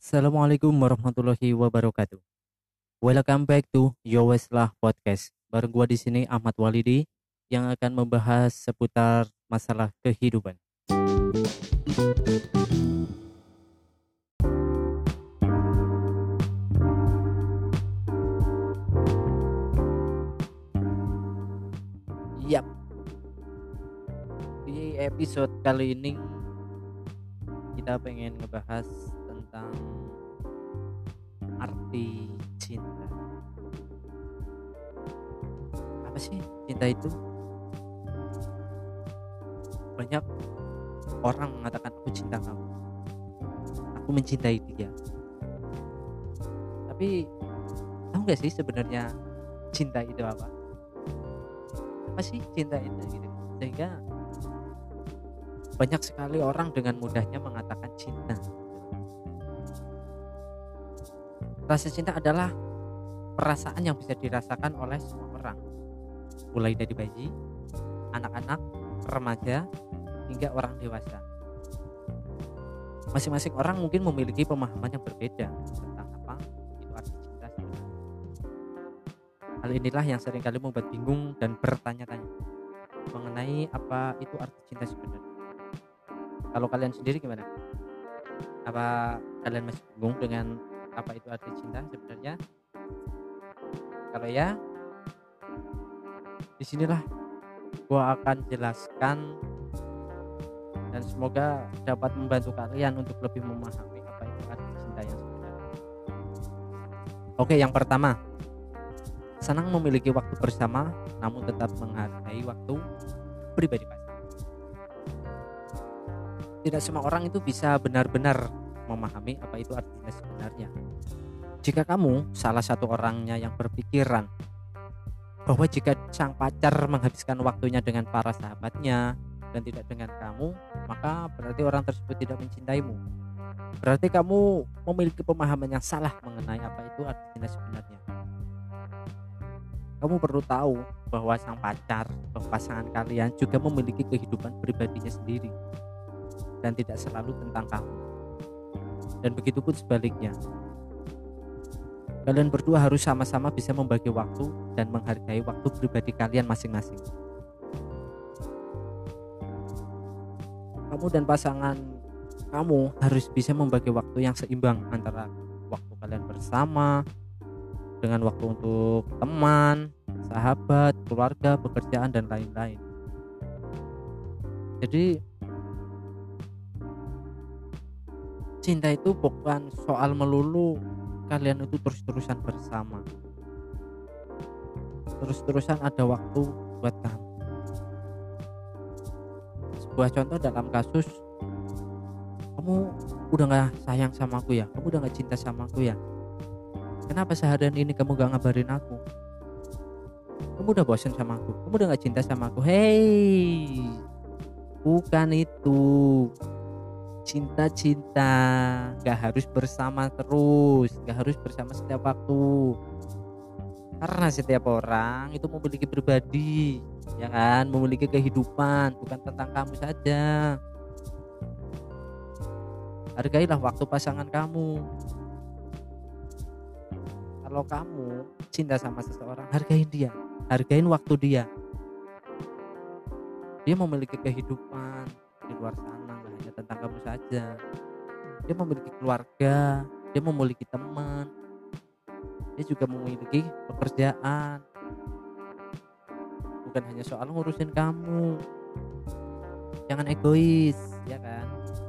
Assalamualaikum warahmatullahi wabarakatuh. Welcome back to Yoweslah Podcast. Bareng gua di sini Ahmad Walidi yang akan membahas seputar masalah kehidupan. Yap, di episode kali ini kita pengen ngebahas tentang arti cinta. Apa sih cinta itu? Banyak orang mengatakan aku cinta kamu, aku mencintai dia. Tapi tahu nggak sih sebenarnya cinta itu apa? Apa sih cinta itu gitu? Sehingga banyak sekali orang dengan mudahnya mengatakan cinta. Rasa cinta adalah perasaan yang bisa dirasakan oleh semua orang, mulai dari bayi, anak-anak, remaja, hingga orang dewasa. Masing-masing orang mungkin memiliki pemahaman yang berbeda tentang apa itu arti cinta sebenarnya. Hal inilah yang seringkali membuat bingung dan bertanya-tanya mengenai apa itu arti cinta sebenarnya. Kalau kalian sendiri gimana? Apa kalian masih bingung dengan apa itu arti cinta sebenarnya? Kalau ya, disinilah gua akan jelaskan dan semoga dapat membantu kalian untuk lebih memahami apa itu arti cinta yang sebenarnya. Oke, yang pertama, senang memiliki waktu bersama namun tetap menghargai waktu pribadi pasangan. Tidak semua orang itu bisa benar-benar memahami apa itu artinya sebenarnya. Jika kamu salah satu orangnya yang berpikiran bahwa jika sang pacar menghabiskan waktunya dengan para sahabatnya dan tidak dengan kamu, maka berarti orang tersebut tidak mencintaimu. Berarti kamu memiliki pemahaman yang salah mengenai apa itu arti cinta sebenarnya. Kamu perlu tahu bahwa sang pacar, pasangan kalian juga memiliki kehidupan pribadinya sendiri dan tidak selalu tentang kamu. Dan begitu pun sebaliknya. Kalian berdua harus sama-sama bisa membagi waktu dan menghargai waktu pribadi kalian masing-masing. Kamu dan pasangan kamu harus bisa membagi waktu yang seimbang antara waktu kalian bersama dengan waktu untuk teman, sahabat, keluarga, pekerjaan, dan lain-lain. Jadi cinta itu bukan soal melulu kalian itu terus-terusan bersama, terus-terusan ada waktu buat kamu. Sebuah contoh dalam kasus, kamu udah gak sayang sama aku ya, kamu udah gak cinta sama aku ya, kenapa seharian ini kamu gak ngabarin aku, kamu udah bosan sama aku, kamu udah gak cinta sama aku. Hei, bukan itu. Cinta gak harus bersama terus, gak harus bersama setiap waktu, karena setiap orang itu memiliki pribadi, ya kan, memiliki kehidupan, bukan tentang kamu saja. Hargailah waktu pasangan kamu. Kalau kamu cinta sama seseorang, hargain dia, hargain waktu dia. Dia memiliki kehidupan di luar sana, gak hanya tentang kamu saja. Dia memiliki keluarga, dia memiliki teman, dia juga memiliki pekerjaan. Bukan hanya soal ngurusin kamu. Jangan egois, ya kan.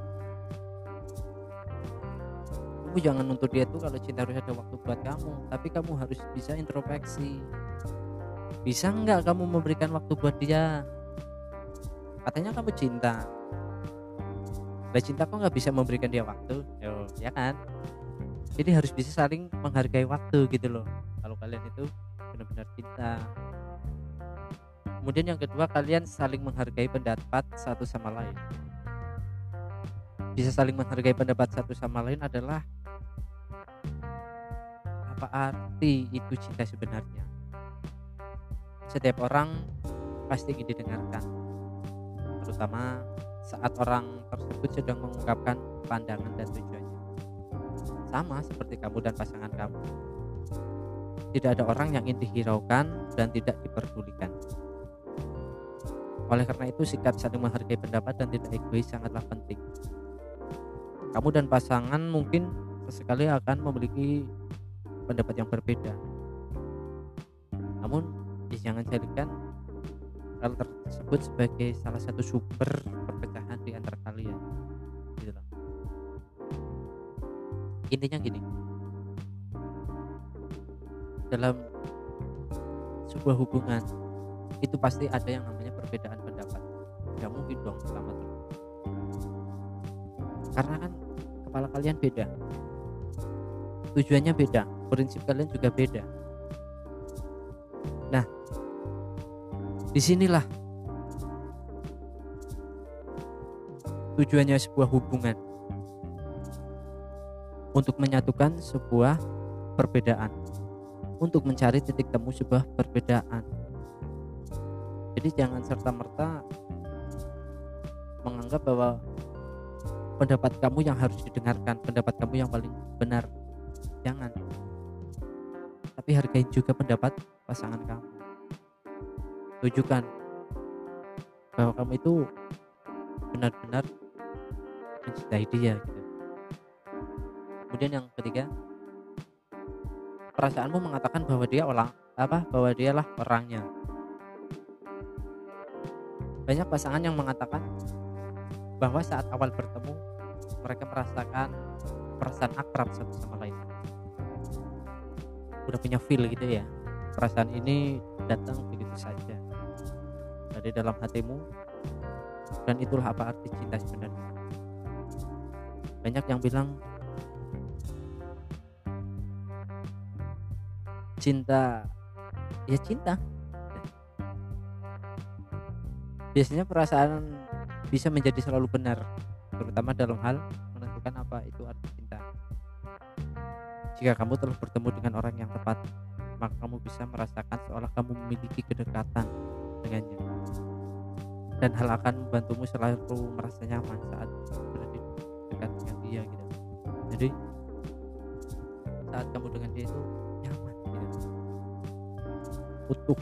Kamu jangan nuntut dia tuh kalau cinta harus ada waktu buat kamu, tapi kamu harus bisa introspeksi. Bisa nggak kamu memberikan waktu buat dia? Katanya kamu cinta, cinta kok nggak bisa memberikan dia waktu, ya kan? Jadi harus bisa saling menghargai waktu gitu loh. Kalau kalian itu benar-benar cinta. Kemudian yang kedua, kalian saling menghargai pendapat satu sama lain. Bisa saling menghargai pendapat satu sama lain adalah apa arti itu cinta sebenarnya. Setiap orang pasti ingin didengarkan, terutama saat orang tersebut sedang mengungkapkan pandangan dan tujuannya. sama seperti kamu dan pasangan kamu. Tidak ada orang yang ingin dihiraukan dan tidak diperdulikan. Oleh karena itu, sikap saling menghargai pendapat dan tidak egois sangatlah penting. Kamu dan pasangan mungkin sesekali akan memiliki pendapat yang berbeda. Namun, jangan jadikan hal tersebut sebagai salah satu sumber perpecahan di antara kalian. Gitu loh. Intinya gini, dalam sebuah hubungan itu pasti ada yang namanya perbedaan pendapat. Gak mungkin dong selama itu, karena kan kepala kalian beda, tujuannya beda, prinsip kalian juga beda. Nah, disinilah tujuannya sebuah hubungan, untuk menyatukan sebuah perbedaan, untuk mencari titik temu sebuah perbedaan. Jadi jangan serta-merta menganggap bahwa pendapat kamu yang harus didengarkan, pendapat kamu yang paling benar. Jangan. Tapi hargai juga pendapat pasangan kamu. Tunjukkan bahwa kamu itu benar-benar mencintai dia gitu. Kemudian yang ketiga, perasaanmu mengatakan bahwa bahwa dialah orangnya. Banyak pasangan yang mengatakan bahwa saat awal bertemu mereka merasakan perasaan akrab satu sama lain. Udah punya feel gitu ya. Perasaan ini datang begitu saja dari dalam hatimu, dan itulah apa arti cinta sebenarnya. Banyak yang bilang cinta ya cinta. Biasanya perasaan bisa menjadi selalu benar, terutama dalam hal menentukan apa itu arti cinta. Jika kamu telah bertemu dengan orang yang tepat, maka kamu bisa merasakan seolah kamu memiliki kedekatan dengannya, dan hal akan membantumu selalu merasa nyaman saat berada dekat dengan dia gitu. Jadi saat kamu dengan dia itu nyaman gitu, utuh.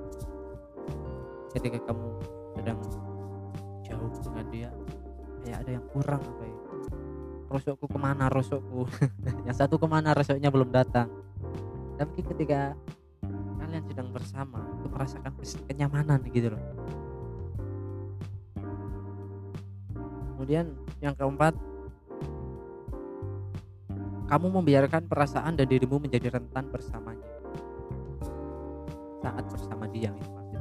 Ketika kamu sedang jauh dengan dia, kayak ada yang kurang apa ya, rosokku kemana rosokku yang satu kemana, rosoknya belum datang. Tapi ketika kalian sedang bersama itu merasakan kenyamanan gitu loh. Kemudian yang keempat, kamu membiarkan perasaan dan dirimu menjadi rentan bersamanya saat bersama dia itu maksudnya.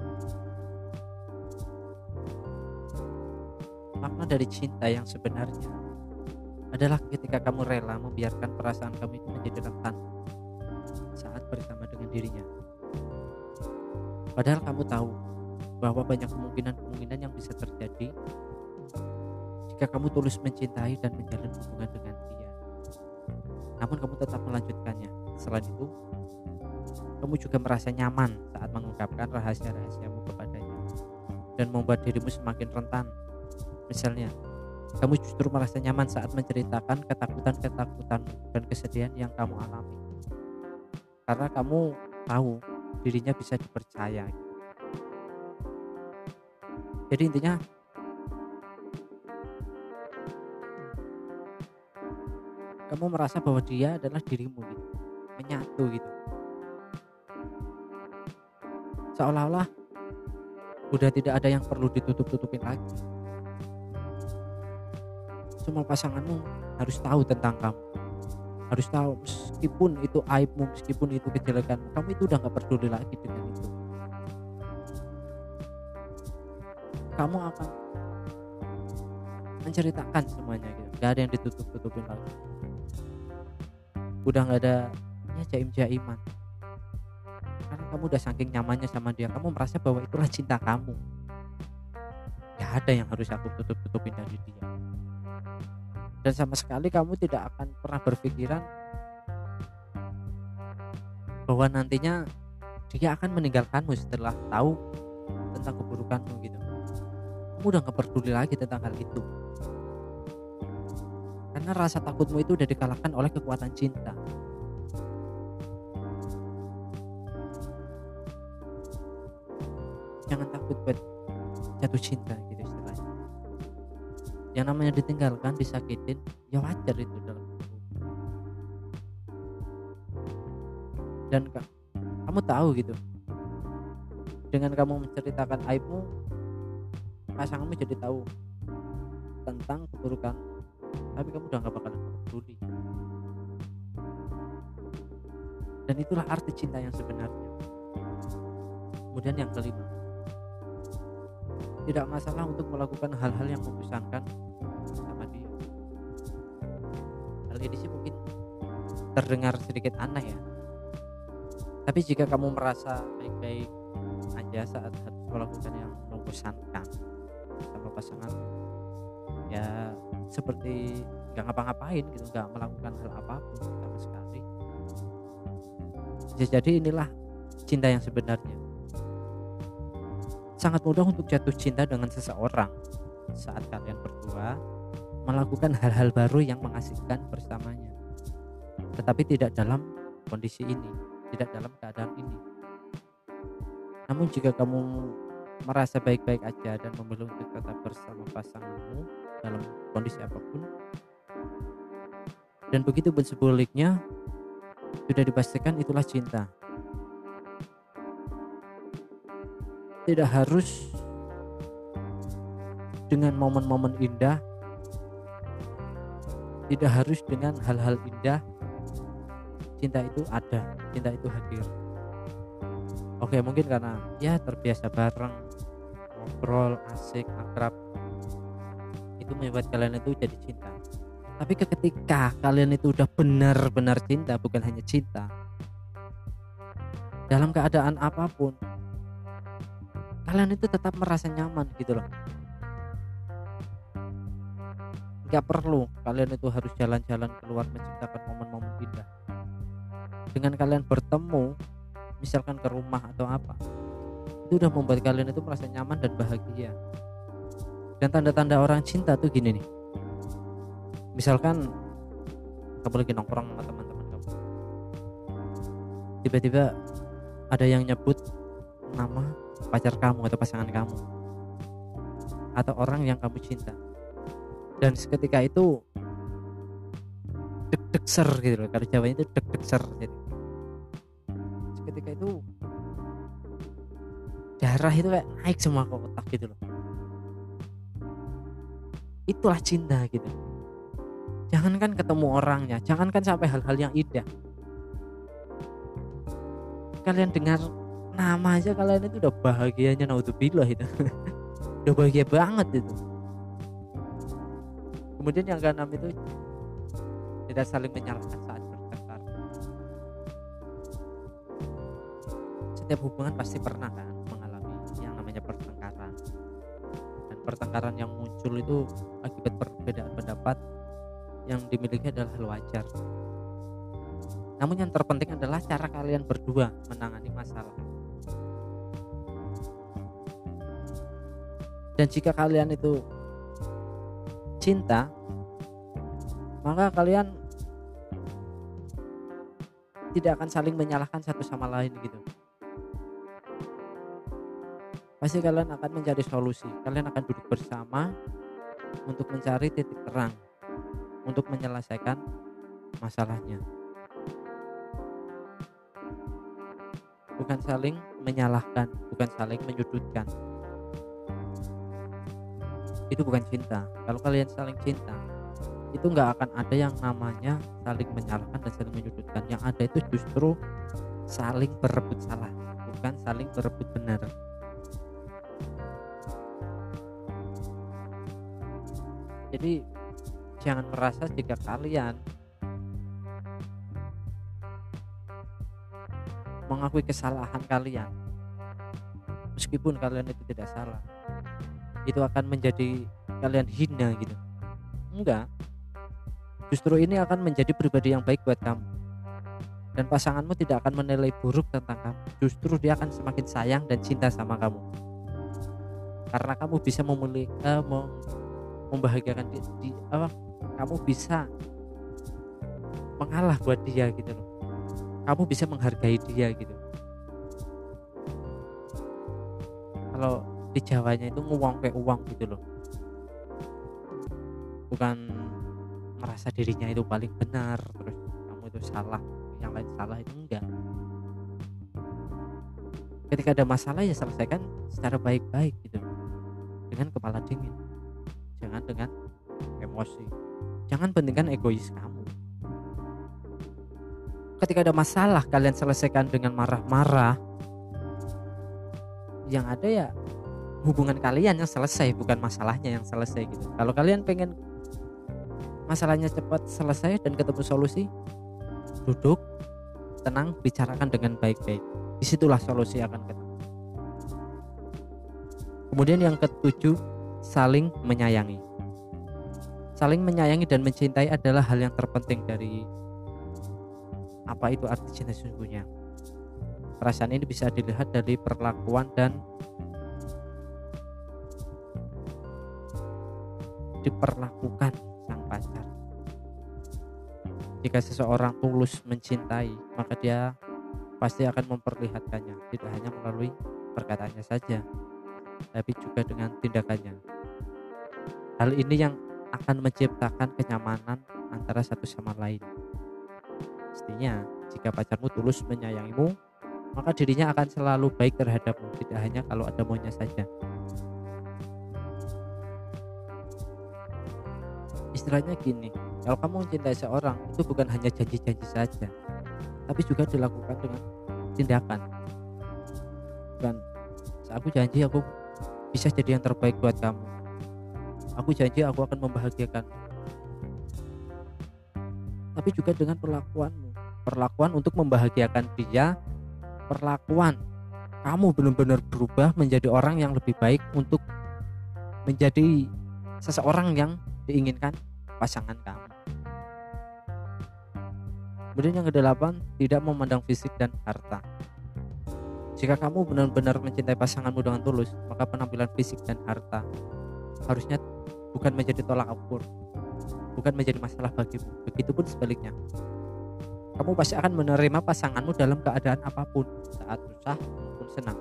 Makna dari cinta yang sebenarnya adalah ketika kamu rela membiarkan perasaan kamu itu menjadi rentan saat bersama dengan dirinya. Padahal kamu tahu bahwa banyak kemungkinan yang bisa terjadi jika kamu tulus mencintai dan menjalin hubungan dengan dia. Namun kamu tetap melanjutkannya. Selain itu, kamu juga merasa nyaman saat mengungkapkan rahasia-rahasiamu kepadanya dan membuat dirimu semakin rentan. Misalnya, kamu justru merasa nyaman saat menceritakan ketakutan-ketakutanmu dan kesedihan yang kamu alami, karena kamu tahu dirinya bisa dipercaya. Jadi intinya, kamu merasa bahwa dia adalah dirimu gitu, menyatu gitu, seolah-olah udah tidak ada yang perlu ditutup-tutupin lagi. Semua pasanganmu harus tahu tentang kamu, harus tahu meskipun itu aibmu, meskipun itu kejelekanmu, kamu itu udah gak peduli lagi dengan itu. Kamu akan menceritakan semuanya gitu, gak ada yang ditutup-tutupin lagi. Udah gak ada ya jaim-jaiman, karena kamu udah saking nyamannya sama dia. Kamu merasa bahwa itulah cinta kamu, gak ada yang harus aku tutup-tutupin dari dia. Dan sama sekali kamu tidak akan pernah berpikiran bahwa nantinya dia akan meninggalkanmu setelah tahu tentang keburukanmu gitu. Kamu udah gak peduli lagi tentang hal itu, Karena rasa takutmu itu udah dikalahkan oleh kekuatan cinta. Jangan takut buat jatuh cinta gitu istilahnya. Yang namanya ditinggalkan, disakitin, ya wajar itu dalam hidup. Dan kamu tahu gitu, dengan kamu menceritakan aibmu, pasanganmu jadi tahu tentang keburukan, tapi kamu udah gak bakalan peduli. Dan itulah arti cinta yang sebenarnya. Kemudian yang kelima, tidak masalah untuk melakukan hal-hal yang membosankan sama dia. Hal ini sih mungkin terdengar sedikit aneh ya, tapi jika kamu merasa baik-baik aja saat harus melakukan yang membosankan sama pasangan, ya seperti nggak ngapa-ngapain gitu, nggak melakukan hal apapun sama sekali, bisa jadi inilah cinta yang sebenarnya. Sangat mudah untuk jatuh cinta dengan seseorang saat kalian berdua melakukan hal-hal baru yang mengasihkan bersamanya, tetapi tidak dalam kondisi ini, tidak dalam keadaan ini. Namun jika kamu merasa baik-baik aja dan memilih untuk tetap bersama pasanganmu dalam kondisi apapun, dan begitu pun sebaliknya, sudah dipastikan itulah cinta. Tidak harus dengan momen-momen indah, tidak harus dengan hal-hal indah, cinta itu ada, cinta itu hadir. Oke, mungkin karena ya terbiasa bareng, ngobrol, asik, akrab, itu membuat kalian itu jadi cinta. Tapi ketika kalian itu udah benar-benar cinta, bukan hanya cinta, dalam keadaan apapun, kalian itu tetap merasa nyaman gitu loh. Gak perlu kalian itu harus jalan-jalan keluar menciptakan momen-momen indah. Dengan kalian bertemu, misalkan ke rumah atau apa, itu udah membuat kalian itu merasa nyaman dan bahagia. Dan tanda-tanda orang cinta tuh gini nih, misalkan kamu lagi nongkrong sama teman-teman kamu, tiba-tiba ada yang nyebut nama pacar kamu atau pasangan kamu atau orang yang kamu cinta, dan seketika itu deg-deg ser gitu loh, kalau Jawanya itu deg-deg ser gitu. Seketika itu darah itu kayak naik semua ke otak gitu loh. Itulah cinta gitu. Jangankan ketemu orangnya, jangankan sampai hal-hal yang indah, kalian dengar nama aja kalian itu udah bahagianya naudzubillah itu. Udah bahagia banget itu. Kemudian yang keenam itu tidak saling menyalahkan saat bertengkar. Setiap hubungan pasti pernah kan mengalami yang namanya pertengkaran, dan pertengkaran yang muncul itu akibat perbedaan pendapat yang dimiliki adalah hal wajar. Namun yang terpenting adalah cara kalian berdua menangani masalah. Dan jika kalian itu cinta, maka kalian tidak akan saling menyalahkan satu sama lain gitu. Pasti kalian akan mencari solusi. Kalian akan duduk bersama untuk mencari titik terang, untuk menyelesaikan masalahnya. Bukan saling menyalahkan, bukan saling menyudutkan. Itu bukan cinta. Kalau kalian saling cinta, itu nggak akan ada yang namanya saling menyalahkan dan saling menyudutkan. Yang ada itu justru saling berebut salah, bukan saling berebut benar. Jadi jangan merasa jika kalian mengakui kesalahan kalian, meskipun kalian itu tidak salah, itu akan menjadi kalian hina gitu. Enggak, justru ini akan menjadi pribadi yang baik buat kamu, dan pasanganmu tidak akan menilai buruk tentang kamu. Justru dia akan semakin sayang dan cinta sama kamu, karena kamu bisa membahagiakan kamu bisa mengalah buat dia gitu loh. Kamu bisa menghargai dia gitu. Kalau di Jawanya itu nguwong ke uang gitu loh. Bukan merasa dirinya itu paling benar, terus kamu itu salah, yang lain salah, itu enggak. Ketika ada masalah ya selesaikan secara baik-baik gitu, dengan kepala dingin, jangan dengan emosi. Jangan pentingkan egois kamu. Ketika ada masalah kalian selesaikan dengan marah-marah, yang ada ya hubungan kalian yang selesai, bukan masalahnya yang selesai gitu. Kalau kalian pengen masalahnya cepat selesai dan ketemu solusi, duduk tenang, bicarakan dengan baik-baik, disitulah solusi akan ketemu. Kemudian yang ketujuh, saling menyayangi. Saling menyayangi dan mencintai adalah hal yang terpenting dari apa itu arti cinta sesungguhnya. Perasaan ini bisa dilihat dari perlakuan dan diperlakukan sang pacar. Jika seseorang tulus mencintai, maka dia pasti akan memperlihatkannya, tidak hanya melalui perkataannya saja, tapi juga dengan tindakannya. Hal ini yang akan menciptakan kenyamanan antara satu sama lain. Pastinya jika pacarmu tulus menyayangimu, maka dirinya akan selalu baik terhadapmu, tidak hanya kalau ada maunya saja. Istilahnya gini, kalau kamu mencintai seorang, itu bukan hanya janji-janji saja, tapi juga dilakukan dengan tindakan. Bukan, aku janji aku bisa jadi yang terbaik buat kamu, aku janji aku akan membahagiakan, tapi juga dengan perlakuan untuk membahagiakan dia, perlakuan kamu benar-benar berubah menjadi orang yang lebih baik untuk menjadi seseorang yang diinginkan pasangan kamu. Kemudian yang kedelapan, tidak memandang fisik dan harta. Jika kamu benar-benar mencintai pasanganmu dengan tulus, maka penampilan fisik dan harta harusnya bukan menjadi tolak ukur, bukan menjadi masalah bagimu. Begitupun sebaliknya, kamu pasti akan menerima pasanganmu dalam keadaan apapun, saat susah maupun senang.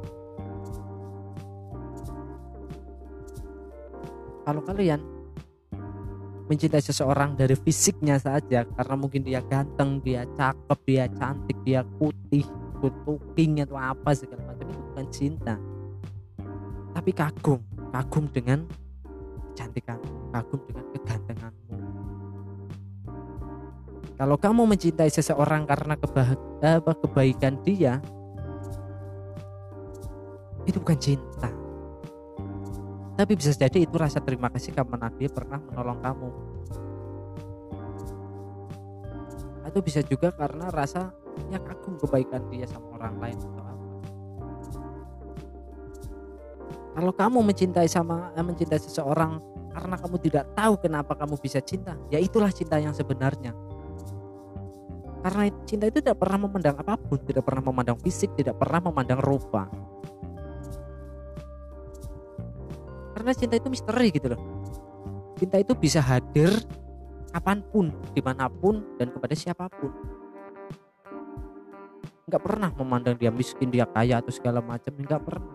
Kalau kalian mencintai seseorang dari fisiknya saja, karena mungkin dia ganteng, dia cakep, dia cantik, dia putih, good looking atau apa segala macam, itu bukan cinta, tapi kagum dengan kecantikan, kagum dengan kegantenganmu. Kalau kamu mencintai seseorang karena kebaikan dia, itu bukan cinta, tapi bisa jadi itu rasa terima kasih karena dia pernah menolong kamu. Atau bisa juga karena rasa ya kagum kebaikan dia sama orang lain atau apa. Kalau kamu mencintai seseorang karena kamu tidak tahu kenapa kamu bisa cinta, ya itulah cinta yang sebenarnya. Karena cinta itu tidak pernah memandang apapun, tidak pernah memandang fisik, tidak pernah memandang rupa. Karena cinta itu misteri gitu loh. Cinta itu bisa hadir kapanpun, dimanapun, dan kepada siapapun. Nggak pernah memandang dia miskin, dia kaya atau segala macam, nggak pernah.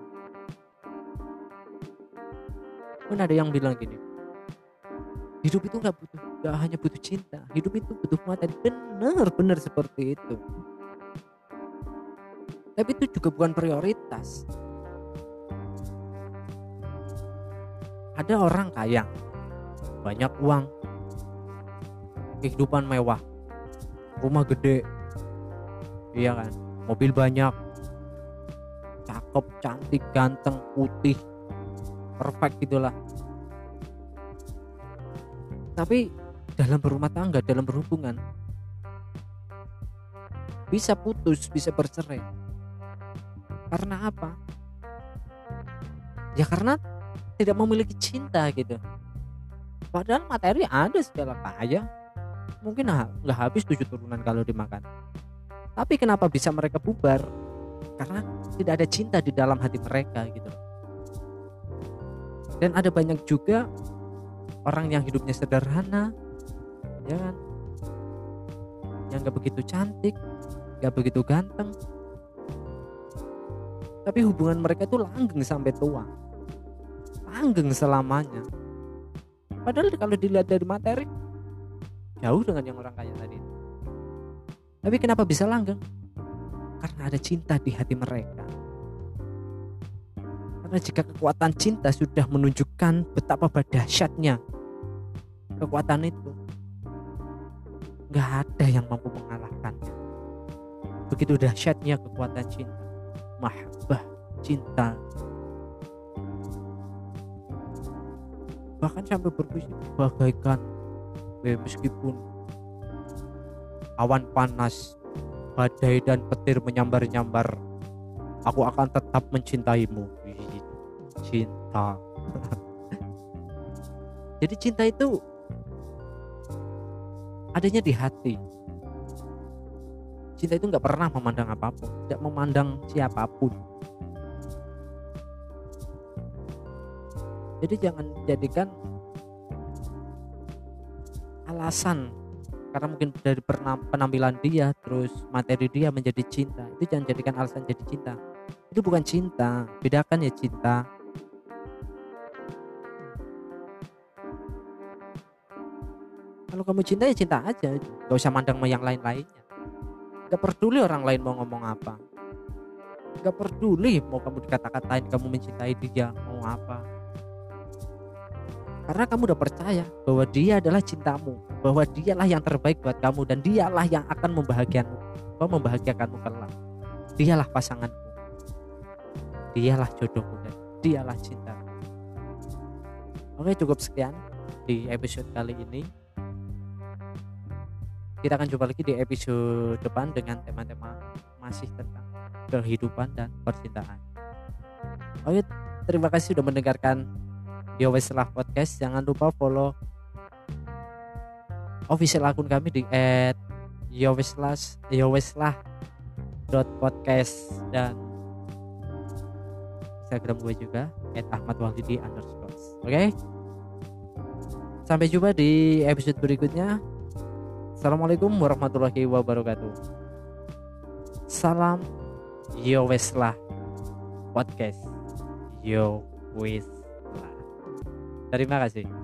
Pun ada yang bilang gini, hidup itu nggak hanya butuh cinta, hidup itu butuh materi. Benar seperti itu. Tapi itu juga bukan prioritas. Ada orang kaya, banyak uang, kehidupan mewah, rumah gede, iya kan, mobil banyak, cakep, cantik, ganteng, putih, perfect gitulah. Tapi dalam berumah tangga, dalam berhubungan, bisa putus, bisa bercerai. Karena apa? Ya karena tidak memiliki cinta gitu. Padahal materi ada, segala kaya, mungkin nggak habis 7 turunan kalau dimakan. Tapi kenapa bisa mereka bubar? Karena tidak ada cinta di dalam hati mereka gitu. Dan ada banyak juga orang yang hidupnya sederhana, ya kan, yang gak begitu cantik, gak begitu ganteng, tapi hubungan mereka itu langgeng sampai tua, langgeng selamanya. Padahal kalau dilihat dari materi jauh dengan yang orang kaya tadi. Tapi kenapa bisa langgeng? Karena ada cinta di hati mereka. Karena jika kekuatan cinta sudah menunjukkan betapa dahsyatnya kekuatan itu, gak ada yang mampu mengalahkannya. Begitu dahsyatnya kekuatan cinta, mahabbah, cinta. Bahkan sampai berpuisi bagaikan meskipun awan panas, badai dan petir menyambar-nyambar, aku akan tetap mencintaimu. Cinta. Jadi cinta itu adanya di hati. Cinta itu nggak pernah memandang apapun, tidak memandang siapapun. Jadi jangan jadikan alasan karena mungkin dari penampilan dia, terus materi dia menjadi cinta. Itu jangan jadikan alasan jadi cinta. Itu bukan cinta. Bedakan ya cinta. Kalau kamu cinta ya cinta aja, gak usah mandang yang lain-lainnya. Gak peduli orang lain mau ngomong apa, gak peduli mau kamu dikata-katain kamu mencintai dia mau apa. Karena kamu udah percaya bahwa dia adalah cintamu, bahwa dialah yang terbaik buat kamu, dan dialah yang akan membahagiakanmu kelak. Dialah pasanganmu, dialah jodohmu, dan dialah cinta. Oke, cukup sekian di episode kali ini. Kita akan jumpa lagi di episode depan dengan tema-tema masih tentang kehidupan dan percintaan. Oke, terima kasih sudah mendengarkan Yo Weslah Podcast. Jangan lupa follow official akun kami di @yoweslah.podcast dan Instagram gue juga @ahmadwahlidi_. Oke, sampai jumpa di episode berikutnya. Assalamualaikum warahmatullahi wabarakatuh. Salam Yo Weslah Podcast. Yo Weslah. Terima kasih.